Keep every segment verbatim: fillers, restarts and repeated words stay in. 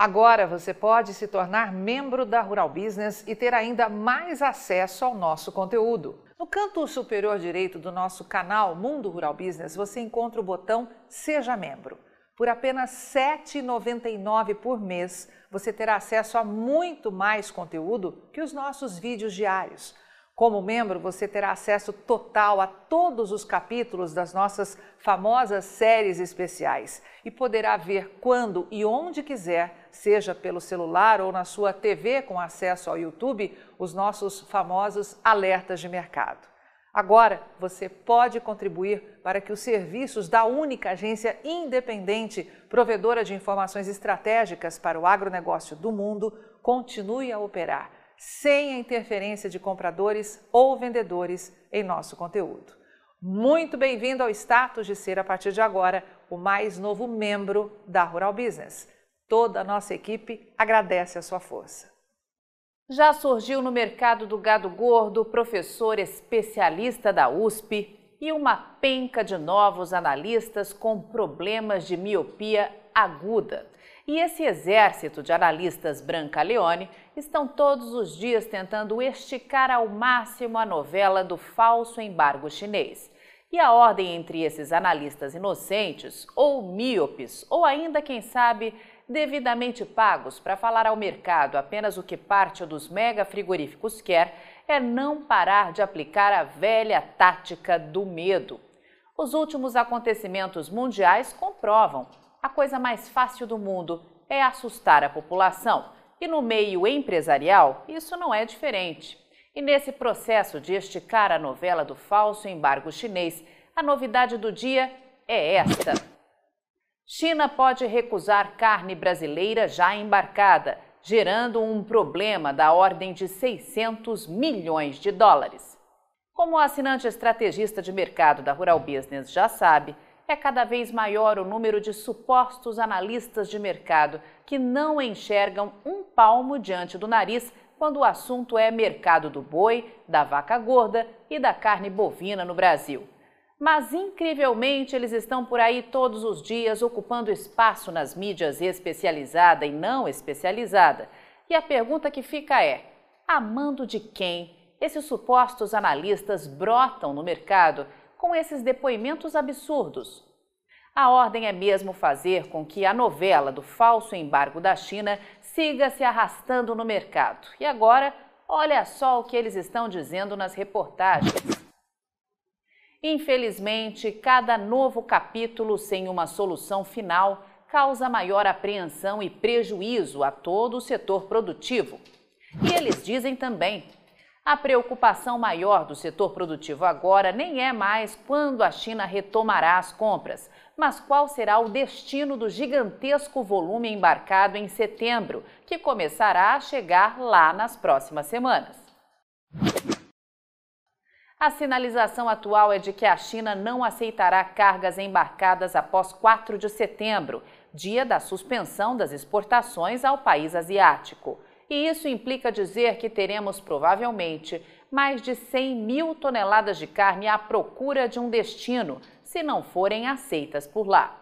Agora você pode se tornar membro da Rural Business e ter ainda mais acesso ao nosso conteúdo. No canto superior direito do nosso canal Mundo Rural Business, você encontra o botão Seja Membro. Por apenas sete reais e noventa e nove centavos por mês, você terá acesso a muito mais conteúdo que os nossos vídeos diários. Como membro, você terá acesso total a todos os capítulos das nossas famosas séries especiais e poderá ver quando e onde quiser, seja pelo celular ou na sua T V com acesso ao YouTube, os nossos famosos alertas de mercado. Agora, você pode contribuir para que os serviços da única agência independente, provedora de informações estratégicas para o agronegócio do mundo, continue a operar, sem a interferência de compradores ou vendedores em nosso conteúdo. Muito bem-vindo ao status de ser, a partir de agora, o mais novo membro da Rural Business. Toda a nossa equipe agradece a sua força. Já surgiu no mercado do gado gordo professor especialista da U S P e uma penca de novos analistas com problemas de miopia aguda. E esse exército de analistas Brancaleone estão todos os dias tentando esticar ao máximo a novela do falso embargo chinês. E a ordem entre esses analistas inocentes, ou míopes, ou ainda, quem sabe, devidamente pagos para falar ao mercado apenas o que parte dos mega frigoríficos quer, é não parar de aplicar a velha tática do medo. Os últimos acontecimentos mundiais comprovam: a coisa mais fácil do mundo é assustar a população. E no meio empresarial, isso não é diferente. E nesse processo de esticar a novela do falso embargo chinês, a novidade do dia é esta: China pode recusar carne brasileira já embarcada, gerando um problema da ordem de seiscentos milhões de dólares. Como o assinante estrategista de mercado da Rural Business já sabe, é cada vez maior o número de supostos analistas de mercado que não enxergam um palmo diante do nariz quando o assunto é mercado do boi, da vaca gorda e da carne bovina no Brasil. Mas, incrivelmente, eles estão por aí todos os dias ocupando espaço nas mídias especializada e não especializada. E a pergunta que fica é: a mando de quem esses supostos analistas brotam no mercado com esses depoimentos absurdos? A ordem é mesmo fazer com que a novela do falso embargo da China siga se arrastando no mercado. E agora, olha só o que eles estão dizendo nas reportagens. Infelizmente, cada novo capítulo sem uma solução final causa maior apreensão e prejuízo a todo o setor produtivo. E eles dizem também: a preocupação maior do setor produtivo agora nem é mais quando a China retomará as compras, mas qual será o destino do gigantesco volume embarcado em setembro, que começará a chegar lá nas próximas semanas. A sinalização atual é de que a China não aceitará cargas embarcadas após quatro de setembro, dia da suspensão das exportações ao país asiático. E isso implica dizer que teremos provavelmente mais de cem mil toneladas de carne à procura de um destino, se não forem aceitas por lá.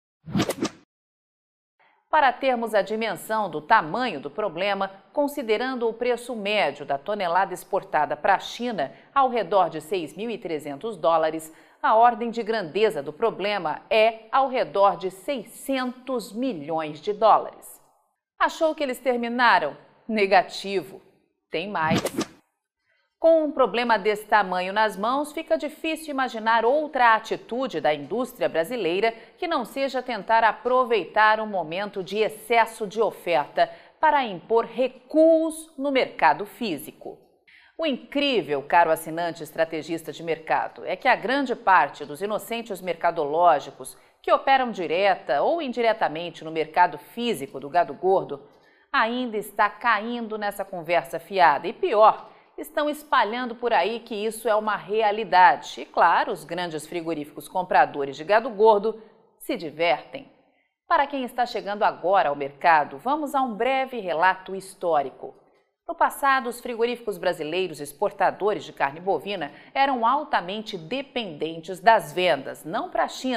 Para termos a dimensão do tamanho do problema, considerando o preço médio da tonelada exportada para a China, ao redor de seis mil e trezentos dólares, a ordem de grandeza do problema é ao redor de seiscentos milhões de dólares. Achou que eles terminaram? Negativo. Tem mais. Com um problema desse tamanho nas mãos, fica difícil imaginar outra atitude da indústria brasileira que não seja tentar aproveitar um momento de excesso de oferta para impor recuos no mercado físico. O incrível, caro assinante estrategista de mercado, é que a grande parte dos inocentes mercadológicos que operam direta ou indiretamente no mercado físico do gado gordo ainda está caindo nessa conversa fiada e, pior, estão espalhando por aí que isso é uma realidade. E, claro, os grandes frigoríficos compradores de gado gordo se divertem. Para quem está chegando agora ao mercado, vamos a um breve relato histórico. No passado, os frigoríficos brasileiros exportadores de carne bovina eram altamente dependentes das vendas, não para a China,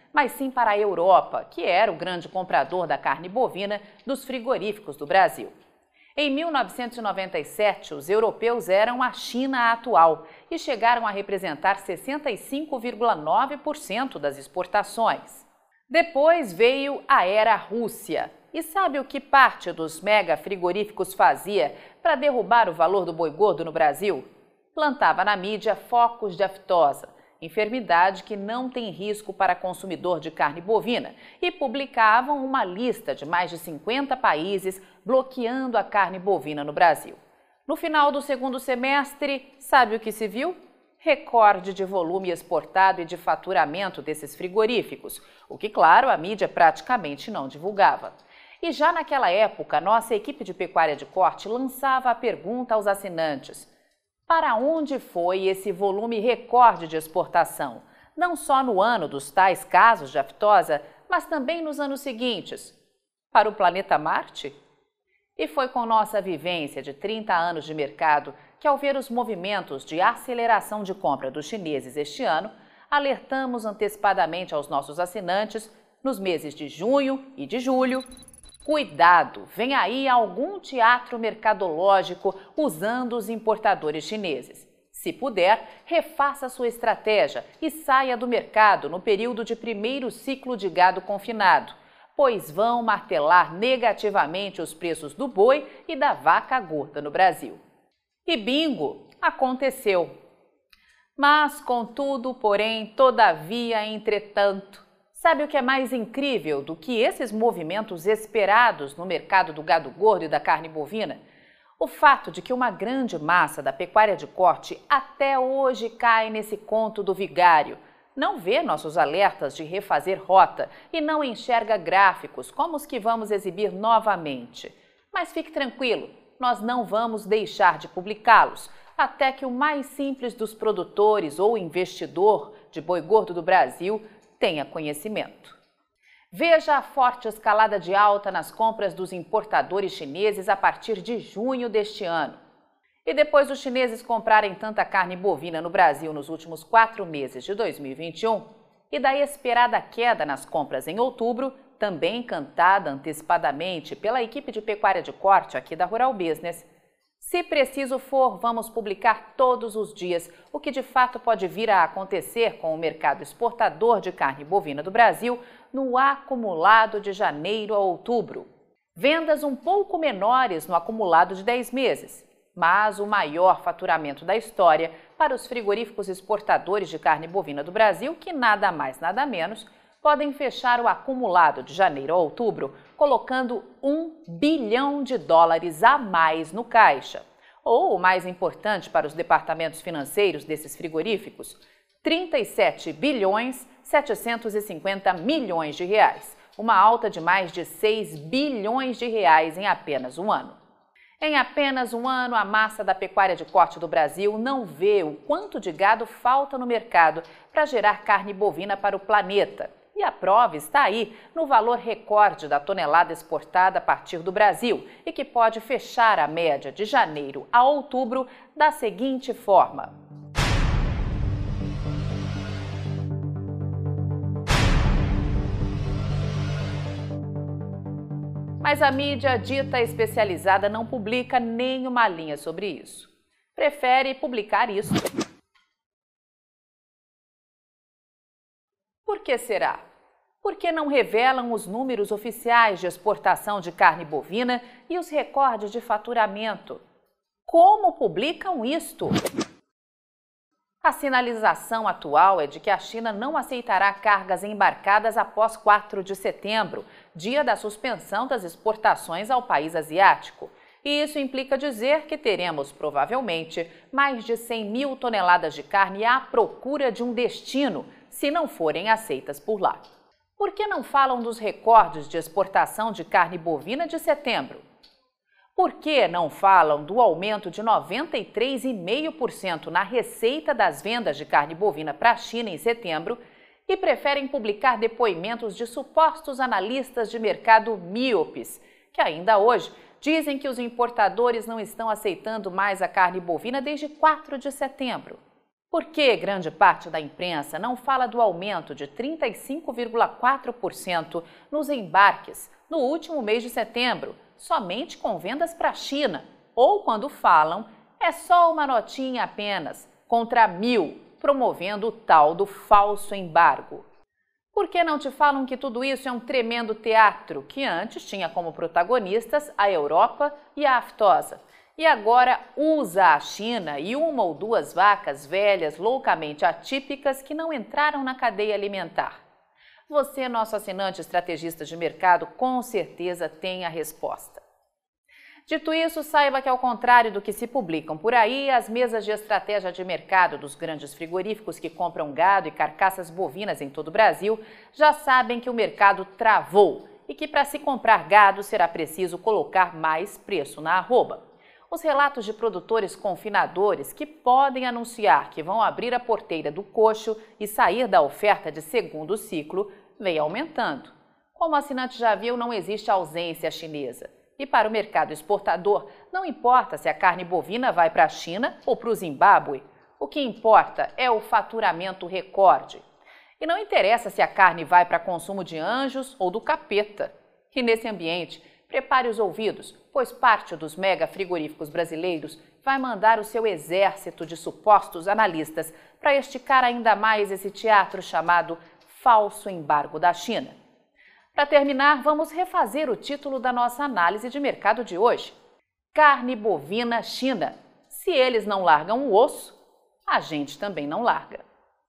mas sim para a Europa, que era o grande comprador da carne bovina dos frigoríficos do Brasil. Em mil novecentos e noventa e sete, os europeus eram a China atual e chegaram a representar sessenta e cinco vírgula nove por cento das exportações. Depois veio a era Rússia. E sabe o que parte dos mega frigoríficos fazia para derrubar o valor do boi gordo no Brasil? Plantava na mídia focos de aftosa, enfermidade que não tem risco para consumidor de carne bovina, e publicavam uma lista de mais de cinquenta países bloqueando a carne bovina no Brasil. No final do segundo semestre, sabe o que se viu? Recorde de volume exportado e de faturamento desses frigoríficos, o que, claro, a mídia praticamente não divulgava. E já naquela época, nossa equipe de pecuária de corte lançava a pergunta aos assinantes: para onde foi esse volume recorde de exportação? Não só no ano dos tais casos de aftosa, mas também nos anos seguintes. Para o planeta Marte? E foi com nossa vivência de trinta anos de mercado que, ao ver os movimentos de aceleração de compra dos chineses este ano, alertamos antecipadamente aos nossos assinantes, nos meses de junho e de julho: cuidado, vem aí algum teatro mercadológico usando os importadores chineses. Se puder, refaça sua estratégia e saia do mercado no período de primeiro ciclo de gado confinado, pois vão martelar negativamente os preços do boi e da vaca gorda no Brasil. E bingo, aconteceu. Mas, contudo, porém, todavia, entretanto, sabe o que é mais incrível do que esses movimentos esperados no mercado do gado gordo e da carne bovina? O fato de que uma grande massa da pecuária de corte até hoje cai nesse conto do vigário, não vê nossos alertas de refazer rota e não enxerga gráficos como os que vamos exibir novamente. Mas fique tranquilo, nós não vamos deixar de publicá-los, até que o mais simples dos produtores ou investidor de boi gordo do Brasil tenha conhecimento. Veja a forte escalada de alta nas compras dos importadores chineses a partir de junho deste ano. E depois dos chineses comprarem tanta carne bovina no Brasil nos últimos quatro meses de dois mil e vinte e um, e da esperada queda nas compras em outubro, também cantada antecipadamente pela equipe de pecuária de corte aqui da Rural Business, se preciso for, vamos publicar todos os dias o que de fato pode vir a acontecer com o mercado exportador de carne bovina do Brasil no acumulado de janeiro a outubro. Vendas um pouco menores no acumulado de dez meses, mas o maior faturamento da história para os frigoríficos exportadores de carne bovina do Brasil, que nada mais nada menos podem fechar o acumulado de janeiro a outubro colocando um bilhão de dólares a mais no caixa. Ou, o mais importante para os departamentos financeiros desses frigoríficos, trinta e sete bilhões setecentos e cinquenta milhões de reais, uma alta de mais de seis bilhões de reais em apenas um ano. Em apenas um ano, a massa da pecuária de corte do Brasil não vê o quanto de gado falta no mercado para gerar carne bovina para o planeta. E a prova está aí no valor recorde da tonelada exportada a partir do Brasil e que pode fechar a média de janeiro a outubro da seguinte forma. Mas a mídia dita especializada não publica nenhuma linha sobre isso. Prefere publicar isso. Por que será? Porque não revelam os números oficiais de exportação de carne bovina e os recordes de faturamento. Como publicam isto? A sinalização atual é de que a China não aceitará cargas embarcadas após quatro de setembro, dia da suspensão das exportações ao país asiático. E isso implica dizer que teremos, provavelmente, mais de cem mil toneladas de carne à procura de um destino, se não forem aceitas por lá. Por que não falam dos recordes de exportação de carne bovina de setembro? Por que não falam do aumento de noventa e três vírgula cinco por cento na receita das vendas de carne bovina para a China em setembro e preferem publicar depoimentos de supostos analistas de mercado míopes, que ainda hoje dizem que os importadores não estão aceitando mais a carne bovina desde quatro de setembro? Por que grande parte da imprensa não fala do aumento de trinta e cinco vírgula quatro por cento nos embarques no último mês de setembro, somente com vendas para a China? Ou quando falam, é só uma notinha apenas, contra mil, promovendo o tal do falso embargo. Por que não te falam que tudo isso é um tremendo teatro que antes tinha como protagonistas a Europa e a aftosa? E agora usa a China e uma ou duas vacas velhas loucamente atípicas que não entraram na cadeia alimentar? Você, nosso assinante estrategista de mercado, com certeza tem a resposta. Dito isso, saiba que, ao contrário do que se publicam por aí, as mesas de estratégia de mercado dos grandes frigoríficos que compram gado e carcaças bovinas em todo o Brasil já sabem que o mercado travou e que, para se comprar gado, será preciso colocar mais preço na arroba. Os relatos de produtores confinadores que podem anunciar que vão abrir a porteira do coxo e sair da oferta de segundo ciclo vem aumentando. Como o assinante já viu, não existe ausência chinesa. E para o mercado exportador, não importa se a carne bovina vai para a China ou para o Zimbábue. O que importa é o faturamento recorde. E não interessa se a carne vai para consumo de anjos ou do capeta. E nesse ambiente, prepare os ouvidos, pois parte dos mega frigoríficos brasileiros vai mandar o seu exército de supostos analistas para esticar ainda mais esse teatro chamado falso embargo da China. Para terminar, vamos refazer o título da nossa análise de mercado de hoje. Carne bovina China. Se eles não largam o osso, a gente também não larga.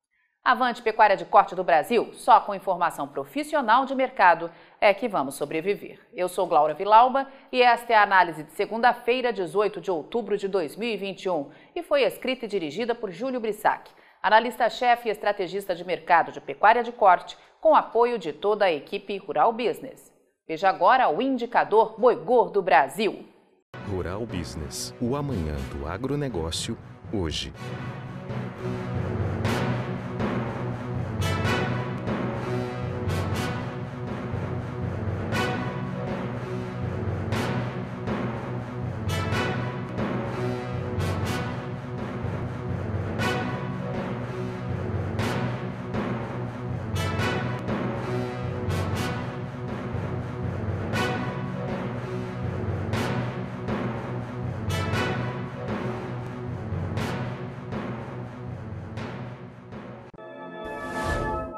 Avante Pecuária de Corte do Brasil, só com informação profissional de mercado é que vamos sobreviver. Eu sou Glaura Vilauba e esta é a análise de segunda-feira, dezoito de outubro de dois mil e vinte e um, e foi escrita e dirigida por Júlio Brissac, analista-chefe e estrategista de mercado de pecuária de corte, com apoio de toda a equipe Rural Business. Veja agora o indicador Boi Gordo Brasil. Rural Business, o amanhã do agronegócio, hoje.